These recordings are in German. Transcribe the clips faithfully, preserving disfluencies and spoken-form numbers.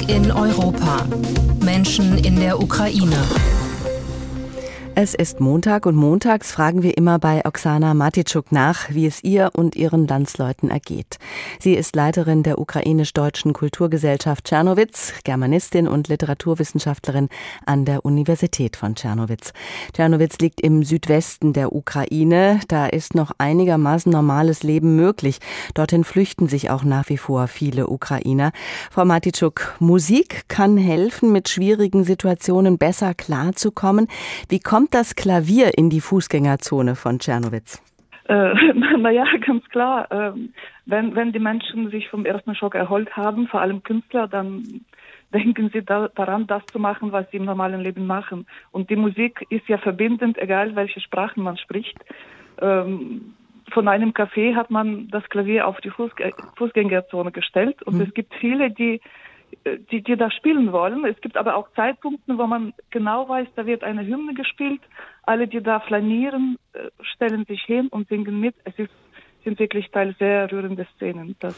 in Europa. Menschen in der Ukraine. Es ist Montag und montags fragen wir immer bei Oksana Matitschuk nach, wie es ihr und ihren Landsleuten ergeht. Sie ist Leiterin der ukrainisch-deutschen Kulturgesellschaft Czernowitz, Germanistin und Literaturwissenschaftlerin an der Universität von Czernowitz. Czernowitz liegt im Südwesten der Ukraine. Da ist noch einigermaßen normales Leben möglich. Dorthin flüchten sich auch nach wie vor viele Ukrainer. Frau Matitschuk, Musik kann helfen, mit schwierigen Situationen besser klarzukommen. Wie kommt das Klavier in die Fußgängerzone von Czernowitz? Äh, naja, ganz klar. Äh, wenn, wenn die Menschen sich vom ersten Schock erholt haben, vor allem Künstler, dann denken sie da, daran, das zu machen, was sie im normalen Leben machen. Und die Musik ist ja verbindend, egal welche Sprachen man spricht. Ähm, von einem Café hat man das Klavier auf die Fußg- Fußgängerzone gestellt. Und mhm. es gibt viele, die Die, die da spielen wollen. Es gibt aber auch Zeitpunkte, wo man genau weiß, da wird eine Hymne gespielt. Alle, die da flanieren, stellen sich hin und singen mit. Es ist, sind wirklich teil sehr rührende Szenen. Das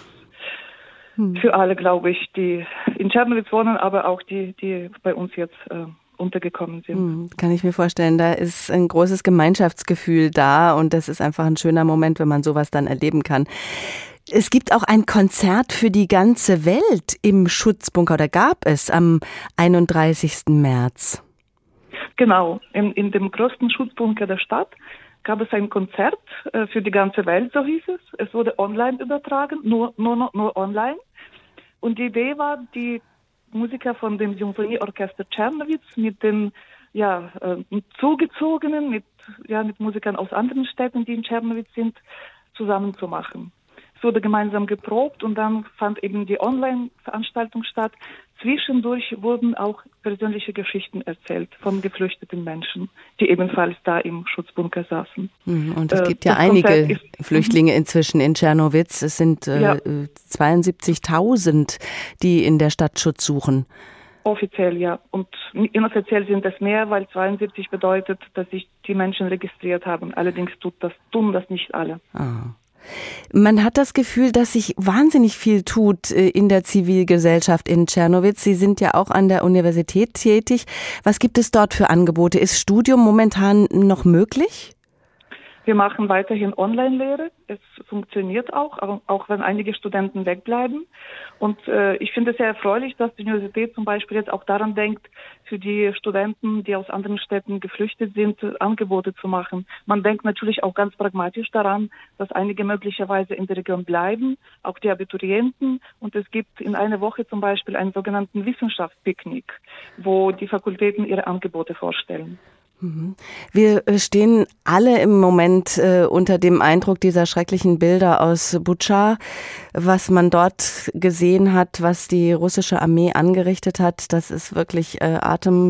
hm. für alle, glaube ich, die in Czernowitz wohnen, aber auch die, die bei uns jetzt äh, untergekommen sind. Hm, kann ich mir vorstellen, da ist ein großes Gemeinschaftsgefühl da und das ist einfach ein schöner Moment, wenn man sowas dann erleben kann. Es gibt auch ein Konzert für die ganze Welt im Schutzbunker, oder gab es am einunddreißigsten März? Genau, in, in dem größten Schutzbunker der Stadt gab es ein Konzert äh, für die ganze Welt, so hieß es. Es wurde online übertragen, nur, nur, nur online. Und die Idee war, die Musiker von dem Symphonieorchester Czernowitz mit den ja, äh, Zugezogenen, mit, ja, mit Musikern aus anderen Städten, die in Czernowitz sind, zusammen zu machen. Es wurde gemeinsam geprobt und dann fand eben die Online-Veranstaltung statt. Zwischendurch wurden auch persönliche Geschichten erzählt von geflüchteten Menschen, die ebenfalls da im Schutzbunker saßen. Und es gibt ja das einige ist, Flüchtlinge inzwischen in Czernowitz. Es sind äh, ja. zweiundsiebzigtausend, die in der Stadt Schutz suchen. Offiziell, ja. Und inoffiziell sind es mehr, weil zweiundsiebzig bedeutet, dass sich die Menschen registriert haben. Allerdings tut das, tun das nicht alle. Ah. Man hat das Gefühl, dass sich wahnsinnig viel tut in der Zivilgesellschaft in Czernowitz. Sie sind ja auch an der Universität tätig. Was gibt es dort für Angebote? Ist Studium momentan noch möglich? Wir machen weiterhin Online-Lehre. Es funktioniert auch, auch wenn einige Studenten wegbleiben. Und äh, ich finde es sehr erfreulich, dass die Universität zum Beispiel jetzt auch daran denkt, für die Studenten, die aus anderen Städten geflüchtet sind, Angebote zu machen. Man denkt natürlich auch ganz pragmatisch daran, dass einige möglicherweise in der Region bleiben, auch die Abiturienten. Und es gibt in einer Woche zum Beispiel einen sogenannten Wissenschaftspicknick, wo die Fakultäten ihre Angebote vorstellen. Wir stehen alle im Moment äh, unter dem Eindruck dieser schrecklichen Bilder aus Butscha, was man dort gesehen hat, was die russische Armee angerichtet hat. Das ist wirklich äh,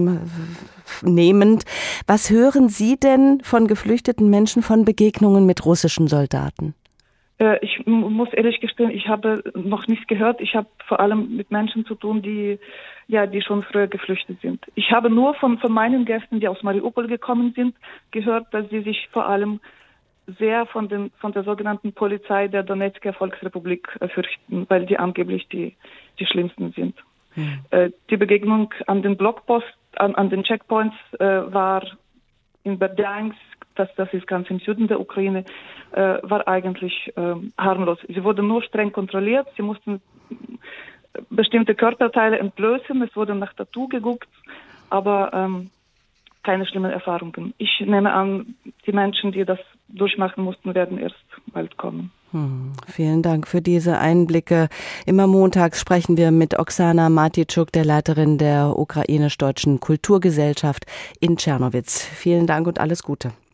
atemnehmend. Was hören Sie denn von geflüchteten Menschen von Begegnungen mit russischen Soldaten? Ich muss ehrlich gestehen, ich habe noch nichts gehört. Ich habe vor allem mit Menschen zu tun, die ja, die schon früher geflüchtet sind. Ich habe nur von, von meinen Gästen, die aus Mariupol gekommen sind, gehört, dass sie sich vor allem sehr von, den, von der sogenannten Polizei der Donetsker Volksrepublik äh, fürchten, weil die angeblich die, die schlimmsten sind. Hm. Äh, die Begegnung an den Blockpost, an, an den Checkpoints äh, war in Berdyansk, das, das ist ganz im Süden der Ukraine, äh, war eigentlich äh, harmlos. Sie wurden nur streng kontrolliert, sie mussten bestimmte Körperteile entblößen, es wurde nach Tattoo geguckt, aber ähm, keine schlimmen Erfahrungen. Ich nehme an, die Menschen, die das durchmachen mussten, werden erst bald kommen. Hm, vielen Dank für diese Einblicke. Immer montags sprechen wir mit Oksana Matitschuk, der Leiterin der ukrainisch-deutschen Kulturgesellschaft in Czernowitz. Vielen Dank und alles Gute.